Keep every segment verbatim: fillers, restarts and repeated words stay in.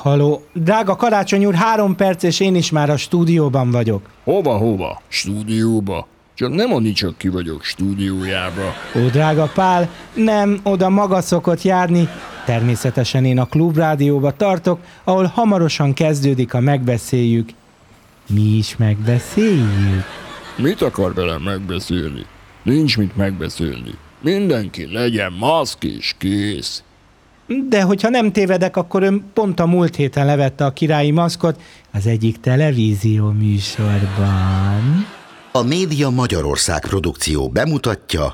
Haló, drága Karácsony úr, három perc, és én is már a stúdióban vagyok. Hova, hova? Stúdióba? Csak nem mondni, csak ki vagyok stúdiójába. Ó, drága Pál, nem, oda maga szokott járni. Természetesen én a klubrádióba tartok, ahol hamarosan kezdődik a megbeszéljük. Mi is megbeszéljük? Mit akar velem megbeszélni? Nincs mit megbeszélni. Mindenki legyen maszk és kész. De hogyha nem tévedek, akkor ön pont a múlt héten levette a királyi maszkot az egyik televízió műsorban. A Média Magyarország produkció bemutatja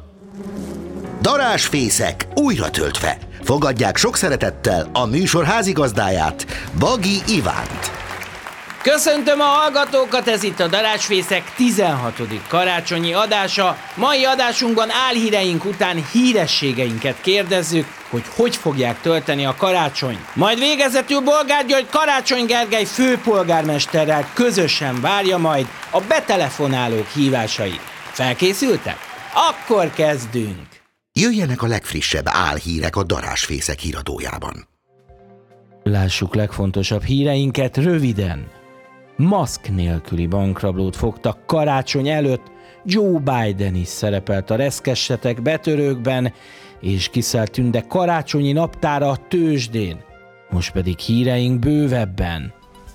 Darázsfészek újra töltve. Fogadják sok szeretettel a műsor házigazdáját, Bagi Ivánt. Köszöntöm a hallgatókat, ez itt a Darázsfészek tizenhatodik karácsonyi adása. Mai adásunkban álhíreink után hírességeinket kérdezzük, hogy hogy fogják tölteni a karácsonyt. Majd végezetül Bolgár György Karácsony Gergely főpolgármesterrel közösen várja majd a betelefonálók hívásait. Felkészültek? Akkor kezdünk! Jöjjenek a legfrissebb álhírek a Darázsfészek híradójában. Lássuk legfontosabb híreinket röviden. Maszk nélküli bankrablót fogtak karácsony előtt, Joe Biden is szerepelt a reszkessetek betörőkben, és kiszállt Tünde karácsonyi naptára a tőzsdén. Most pedig híreink bővebben.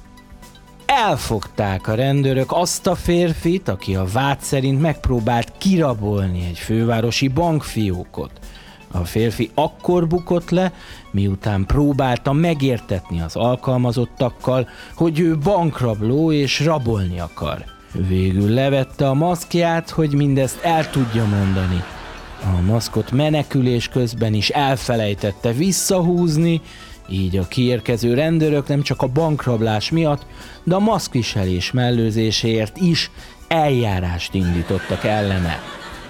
Elfogták a rendőrök azt a férfit, aki a vád szerint megpróbált kirabolni egy fővárosi bankfiókot. A férfi akkor bukott le, miután próbálta megértetni az alkalmazottakkal, hogy ő bankrabló és rabolni akar. Végül levette a maszkját, hogy mindezt el tudja mondani. A maszkot menekülés közben is elfelejtette visszahúzni, így a kiérkező rendőrök nem csak a bankrablás miatt, de a maszkviselés mellőzéséért is eljárást indítottak ellene.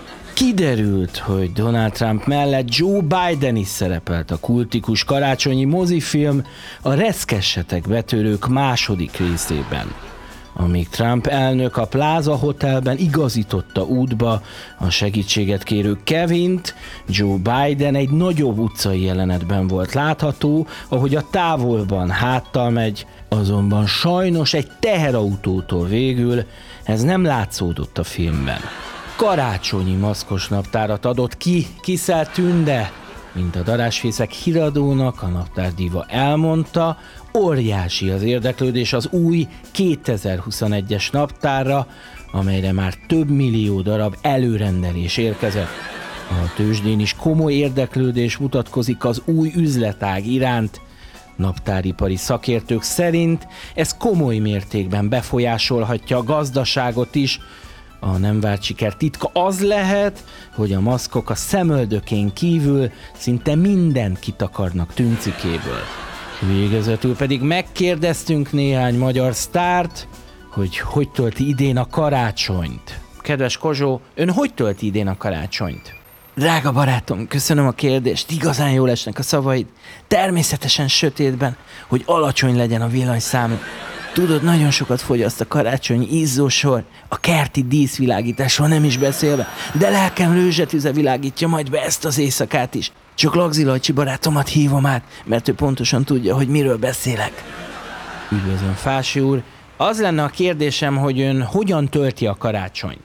Kiderült, hogy Donald Trump mellett Joe Biden is szerepelt a kultikus karácsonyi mozifilm a Reszkessetek betörők második részében. Amíg Trump elnök a Plaza Hotelben igazította útba a segítséget kérő Kevint, Joe Biden egy nagyobb utcai jelenetben volt látható, ahogy a távolban háttal megy, azonban sajnos egy teherautótól végül ez nem látszódott a filmben. Karácsonyi maszkos naptárat adott ki Kiszállt Tünde. Mint a Darázsfészek híradónak a naptárdiva elmondta, óriási az érdeklődés az új kétezer-huszonegyes naptárra, amelyre már több millió darab előrendelés érkezett. A tőzsdén is komoly érdeklődés mutatkozik az új üzletág iránt. Naptáripari szakértők szerint ez komoly mértékben befolyásolhatja a gazdaságot is. A nem várt siker titka az lehet, hogy a maszkok a szemöldökén kívül szinte mindent kitakarnak tüncikéből. Végezetül pedig megkérdeztünk néhány magyar sztárt, hogy hogy tölti idén a karácsonyt. Kedves Kozsó, ön hogy tölti idén a karácsonyt? Drága barátom, köszönöm a kérdést, igazán jól esnek a szavaid. Természetesen sötétben, hogy alacsony legyen a villanyszám. Tudod, nagyon sokat fogyaszt a karácsonyi izzósor, a kerti díszvilágításról nem is beszélve, de lelkem rőzsetüze világítja majd be ezt az éjszakát is. Csak Lagzi Lajcsi barátomat hívom át, mert ő pontosan tudja, hogy miről beszélek. Üdvözlöm, Fási úr. Az lenne a kérdésem, hogy ön hogyan tölti a karácsonyt?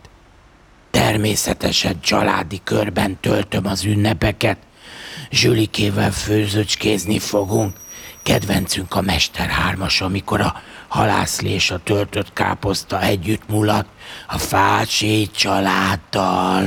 Természetesen családi körben töltöm az ünnepeket. Zsülikével főzöcskézni fogunk. Kedvencünk a Mester hármas, amikor a halászlé és a töltött káposzta együtt mulat a Fácsi családdal.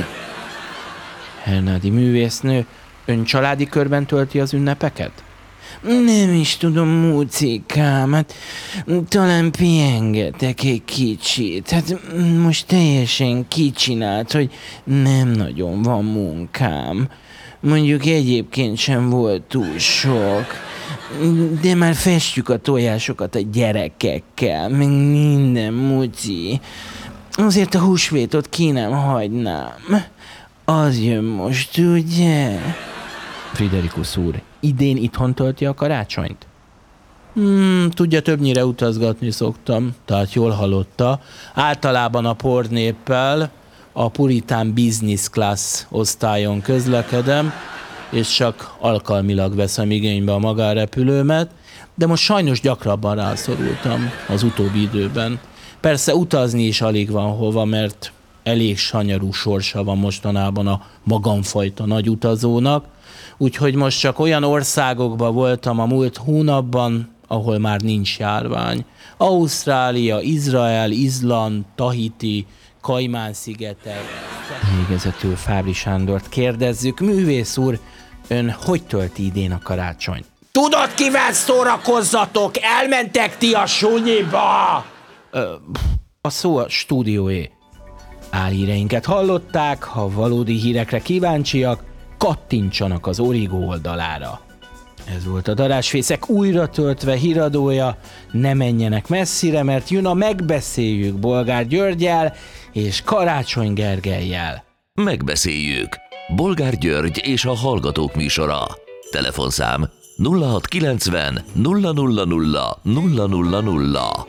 Hernádi művésznő, ön családi körben tölti az ünnepeket? Nem is tudom, Múcikám, hát talán pihengetek egy kicsit. Hát most teljesen kicsinált, hogy nem nagyon van munkám. Mondjuk egyébként sem volt túl sok. De már festjük a tojásokat a gyerekekkel, meg minden, Muci. Azért a húsvétot ki nem hagynám. Az jön most, ugye? Friderikus úr, idén itthon tölti a karácsonyt? Hmm, tudja, többnyire utazgatni szoktam, tehát jól hallotta. Általában a pornéppel, a puritán business class osztályon közlekedem. és csak alkalmilag veszem igénybe a magánrepülőmet, de most sajnos gyakrabban rászorultam az utóbbi időben. Persze utazni is alig van hova, mert elég sanyarú sorsa van mostanában a magamfajta nagy utazónak, úgyhogy most csak olyan országokban voltam a múlt hónapban, ahol már nincs járvány. Ausztrália, Izrael, Izland, Tahiti, Kajmán-szigetek. Végezetül Fábri Sándort kérdezzük. Művész úr, ön hogy tölti idén a karácsonyt? Tudod, kivel szórakozzatok? Elmentek ti a sunyiba! Ö, a szó a stúdióé. Álhíreinket hallották, ha valódi hírekre kíváncsiak, kattintsanak az Origo oldalára. Ez volt a Darásfészek újra töltve híradója, ne menjenek messzire, mert jön a Megbeszéljük Bolgár Györggyel és Karácsony Gergellyel. Megbeszéljük. Bolgár György és a Hallgatók műsora. Telefonszám nulla hat kilencven nulla nulla nulla nulla nulla nulla.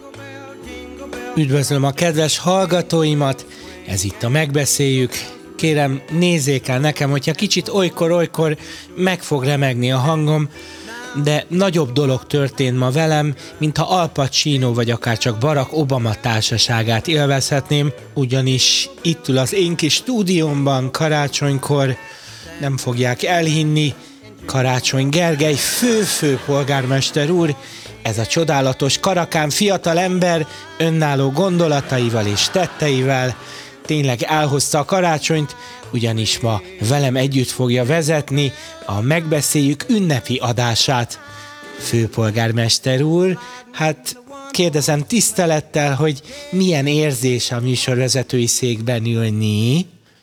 Üdvözlöm a kedves hallgatóimat, ez itt a Megbeszéljük. Kérem, nézzék el nekem, hogyha kicsit olykor-olykor meg fog remegni a hangom, de nagyobb dolog történt ma velem, mintha Al Pacino vagy akár csak Barack Obama társaságát élvezhetném, ugyanis itt ül az én kis stúdiómban karácsonykor, nem fogják elhinni, Karácsony Gergely fő-fő polgármester úr, ez a csodálatos karakán fiatal ember önálló gondolataival és tetteivel tényleg elhozta a karácsonyt, ugyanis ma velem együtt fogja vezetni a Megbeszéljük ünnepi adását. Főpolgármester úr, hát kérdezem tisztelettel, hogy milyen érzés a műsorvezetői székben ülni?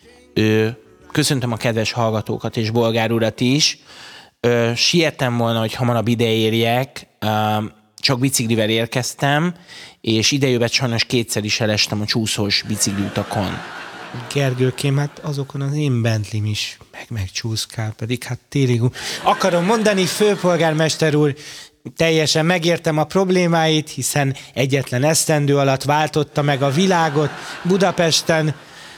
Ö, köszöntöm a kedves hallgatókat és Bolgár urat is. Ö, siettem volna, hogy hamarabb ideérjek, ö, csak biciklivel érkeztem, és idejövet sajnos kétszer is elestem a csúszós bicikliutakon. Gergőkém, hát azokon az én Bentley-m is meg megcsúszkál, pedig hát télig. Akarom mondani, főpolgármester úr, teljesen megértem a problémáit, hiszen egyetlen esztendő alatt váltotta meg a világot Budapesten,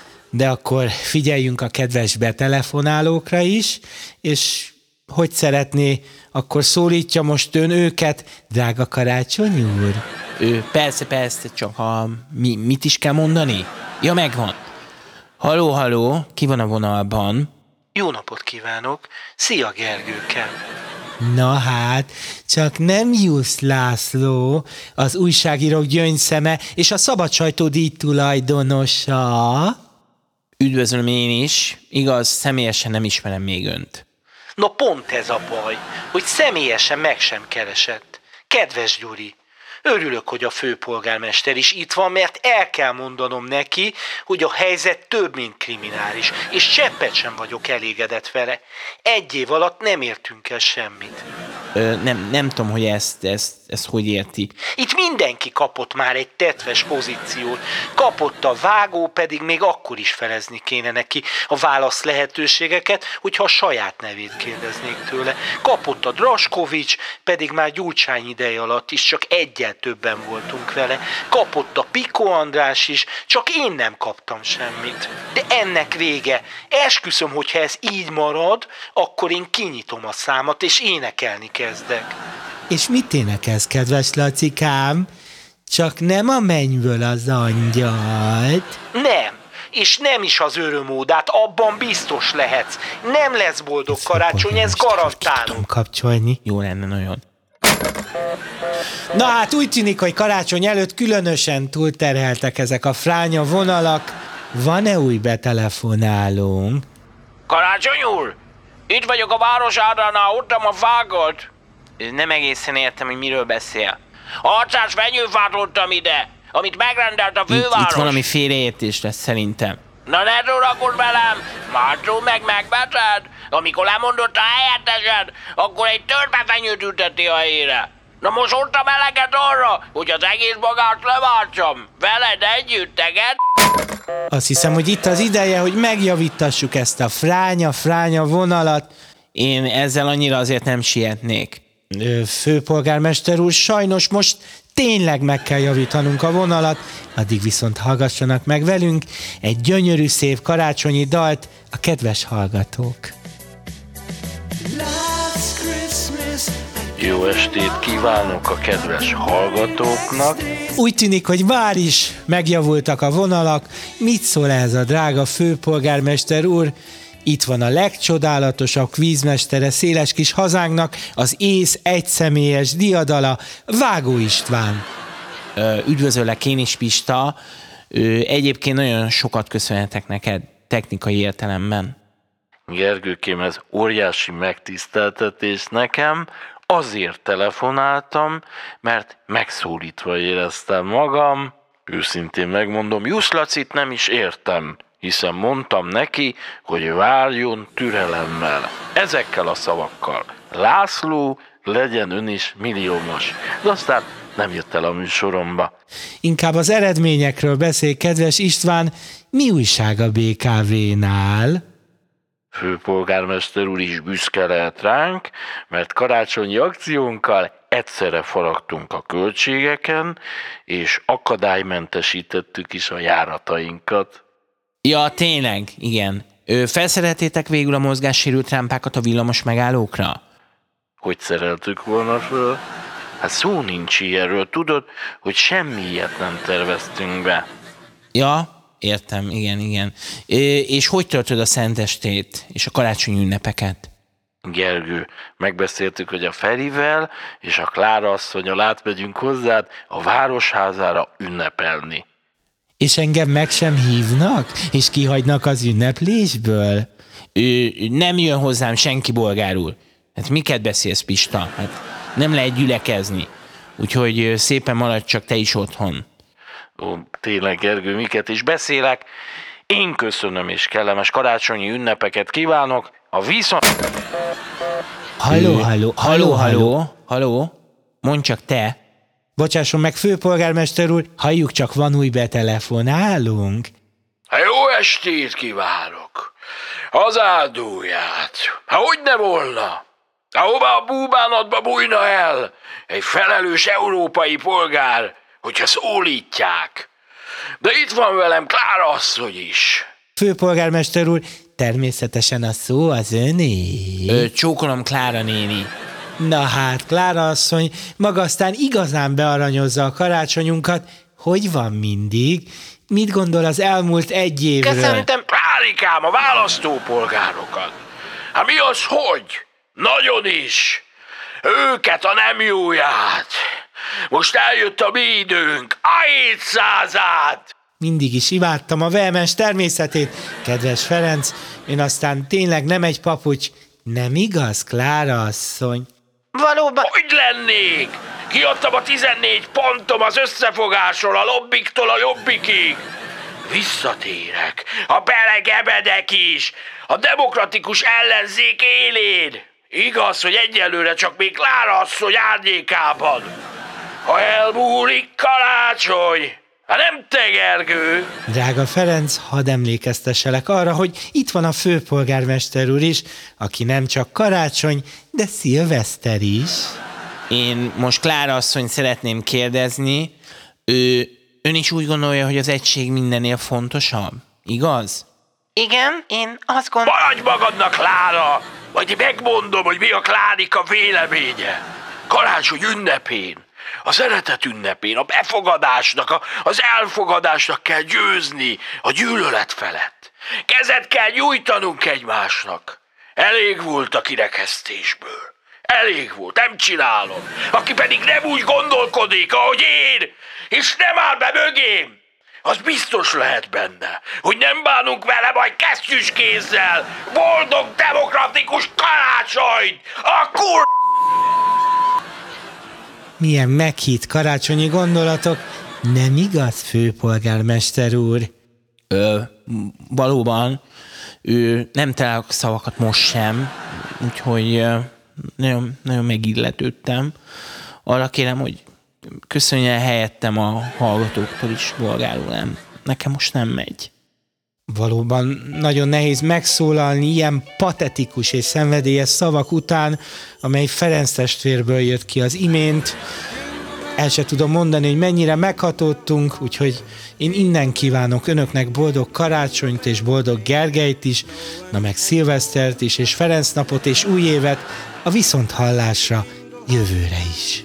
de akkor figyeljünk a kedves betelefonálókra is, és hogy szeretné, akkor szólítja most ön őket, drága Karácsony úr? Ő, persze, persze, csak a, mi, mit is kell mondani? Ja, megvan. Halló, halló, ki van a vonalban? Jó napot kívánok, szia Gergőkem. Na hát, csak nem Jusz László, az újságírók gyöngyszeme és a Szabad Sajtó díj tulajdonosa? Üdvözlöm én is, igaz, személyesen nem ismerem még önt. Na pont ez a baj, hogy személyesen meg sem keresett. Kedves Gyuri, örülök, hogy a főpolgármester is itt van, mert el kell mondanom neki, hogy a helyzet több, mint kriminális, és cseppet sem vagyok elégedett vele. Egy év alatt nem értünk el semmit. Ö, nem, nem tudom, hogy ezt, ezt, ezt hogy érti. Itt mindenki kapott már egy tetves pozíciót. Kapott a vágó, pedig még akkor is felezni kéne neki a válasz lehetőségeket, hogyha a saját nevét kérdeznék tőle. Kapott a Draskovics, pedig már Gyurcsány ideje alatt is csak egyel többen voltunk vele. Kapott a Piko András is, csak én nem kaptam semmit. De ennek vége. Esküszöm, hogyha ez így marad, akkor én kinyitom a számat, és énekelni kezdek. És mit énekelsz, kedves Lacikám? Csak nem a mennyből az angyalt? Nem, és nem is az örömódát, abban biztos lehetsz. Nem lesz boldog ez karácsony, ez garantálom. Tudom kapcsolni. Jó lenne nagyon. Na hát úgy tűnik, hogy karácsony előtt különösen túlterheltek ezek a fránya vonalak. Van-e új betelefonálónk? Karácsony úr! Itt vagyok a Városárránál, ottam a fákat. Nem egészen értem, hogy miről beszél. hatszáz fenyőfát hoztam ide, amit megrendelt a főváros. Itt, itt valami félreértés lesz szerintem. Na ne szórakozz velem, másról meg megveszed. Amikor lemondott a helyettesed, akkor egy törpefenyőt ülteti a helyére. Na most hoztam eleget arra, hogy az egész magást leváltsam. Veled együtt, teged? Azt hiszem, hogy itt az ideje, hogy megjavítassuk ezt a fránya-fránya vonalat. Én ezzel annyira azért nem sietnék. Főpolgármester úr, sajnos most tényleg meg kell javítanunk a vonalat, addig viszont hallgassanak meg velünk egy gyönyörű szép karácsonyi dalt a kedves hallgatók. Jó estét kívánok a kedves hallgatóknak. Úgy tűnik, hogy már is megjavultak a vonalak. Mit szól ez a drága főpolgármester úr? Itt van a legcsodálatosabb kvízmestere széles kis hazánknak, az ész egyszemélyes diadala, Vágó István. Ö, üdvözöllek én is, Pista. Ö, egyébként nagyon sokat köszönhetek neked technikai értelemben. Gergőkém, ez óriási megtiszteltetés nekem. Azért telefonáltam, mert megszólítva éreztem magam. Őszintén megmondom, Jusz Lacit nem is értem, hiszen mondtam neki, hogy várjon türelemmel. Ezekkel a szavakkal. László, legyen ön is milliómos. De aztán nem jött el a műsoromba. Inkább az eredményekről beszél, kedves István. Mi újság a bé ká vé-nál? Főpolgármester úr is büszke lehet ránk, mert karácsonyi akciónkkal egyszerre faragtunk a költségeken, és akadálymentesítettük is a járatainkat. Ja, tényleg, igen. Ö, felszereltétek végül a mozgássérült rámpákat a villamos megállókra? Hogy szereltük volna föl? Hát szó nincs ilyenről, tudod, hogy semmi ilyet nem terveztünk be. Ja, értem, igen, igen. Ö, és hogy töltöd a szentestét és a karácsonyi ünnepeket? Gergő, megbeszéltük, hogy a Ferivel és a Klára asszonnyal átmegyünk hozzád a városházára ünnepelni. És engem meg sem hívnak? És kihagynak az ünneplésből? Ö, nem jön hozzám senki, bolgárul. Hát miket beszélsz, Pista? Hát nem lehet gyülekezni. Úgyhogy ö, szépen maradj csak te is otthon. Ó, tényleg, Gergő, miket is beszélek. Én köszönöm és kellemes karácsonyi ünnepeket kívánok. A viszont... Halló, halló, Halló, halló, halló. Mondd csak te. Bocsásson meg, főpolgármester úr, halljuk, csak van új betelefonálunk. Hát jó estét kívánok! Az áldóját! Hát hogy ne volna? Hát hova a búbánatba bújna el egy felelős európai polgár, hogyha szólítják? De itt van velem Klára asszony is. Főpolgármester úr, természetesen a szó az öné. Ö, csókolom, Klára néni. Na hát, Klára asszony, maga aztán igazán bearanyozza a karácsonyunkat. Hogy van mindig? Mit gondol az elmúlt egy évről? Köszöntöm, Klárikám, a választópolgárokat. Hát mi az, hogy? Nagyon is. Őket a nem jóját. Most eljött a mi időnk, a hétszázát. Mindig is imádtam a vehemes természetét. Kedves Ferenc, ön aztán tényleg nem egy papucs. Nem igaz, Klára asszony? Valóban. Hogy lennék? Kiadtam a tizennégy pontom az összefogásról, a lobbiktól a jobbikig. Visszatérek, a belegebedek is, a demokratikus ellenzék élén. Igaz, hogy egyelőre csak még Klára asszony árnyékában. Ha elmúlik karácsony, hát nem te, Gergő. Drága Ferenc, hadd emlékeztesselek arra, hogy itt van a főpolgármester úr is, aki nem csak karácsony, de szilveszter is. Én most Klára asszonyt szeretném kérdezni, ő, ön is úgy gondolja, hogy az egység mindennél fontosabb, igaz? Igen, én azt gondolom... Maradj magadnak, Klára! Vagy megmondom, hogy mi a Klárika véleménye. Karácsony ünnepén, a szeretet ünnepén, a befogadásnak, a, az elfogadásnak kell győzni a gyűlölet felett. Kezet kell nyújtanunk egymásnak. Elég volt a kirekesztésből. Elég volt, nem csinálom. Aki pedig nem úgy gondolkodik, ahogy én, és nem áll be mögém, az biztos lehet benne, hogy nem bánunk vele majd kesztyűs kézzel. Boldog demokratikus karácsonyt! A kur... Milyen meghitt karácsonyi gondolatok, nem igaz, főpolgármester úr? Ö, valóban, ő nem találok szavakat most sem, úgyhogy ö, nagyon, nagyon megilletődtem. Arra kérem, hogy köszönjen helyettem a hallgatóktól is, bolgárul, nem. Nekem most nem megy. Valóban nagyon nehéz megszólalni ilyen patetikus és szenvedélyes szavak után, amely Ferenc testvérből jött ki az imént. el se tudom mondani, hogy mennyire meghatódtunk, úgyhogy én innen kívánok önöknek boldog karácsonyt és boldog Gergelyt is, na meg szilvesztert is, és Ferenc napot és új évet, a viszonthallásra jövőre is.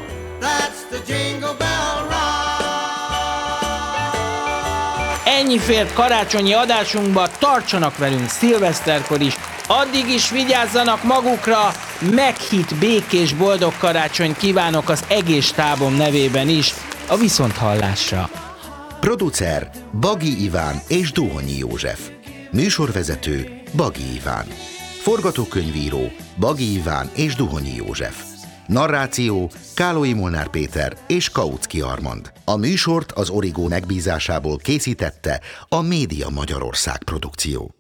Ennyi fért karácsonyi adásunkba, tartsanak velünk szilveszterkor is, addig is vigyázzanak magukra, meghitt, békés, boldog karácsonyt kívánok az egész tábom nevében is, a viszonthallásra. Producer Bagi Iván és Duhonyi József. Műsorvezető Bagi Iván. Forgatókönyvíró Bagi Iván és Duhonyi József. Narráció Kálói Molnár Péter és Kautsky Armand. A műsort az Origo megbízásából készítette a Média Magyarország produkció.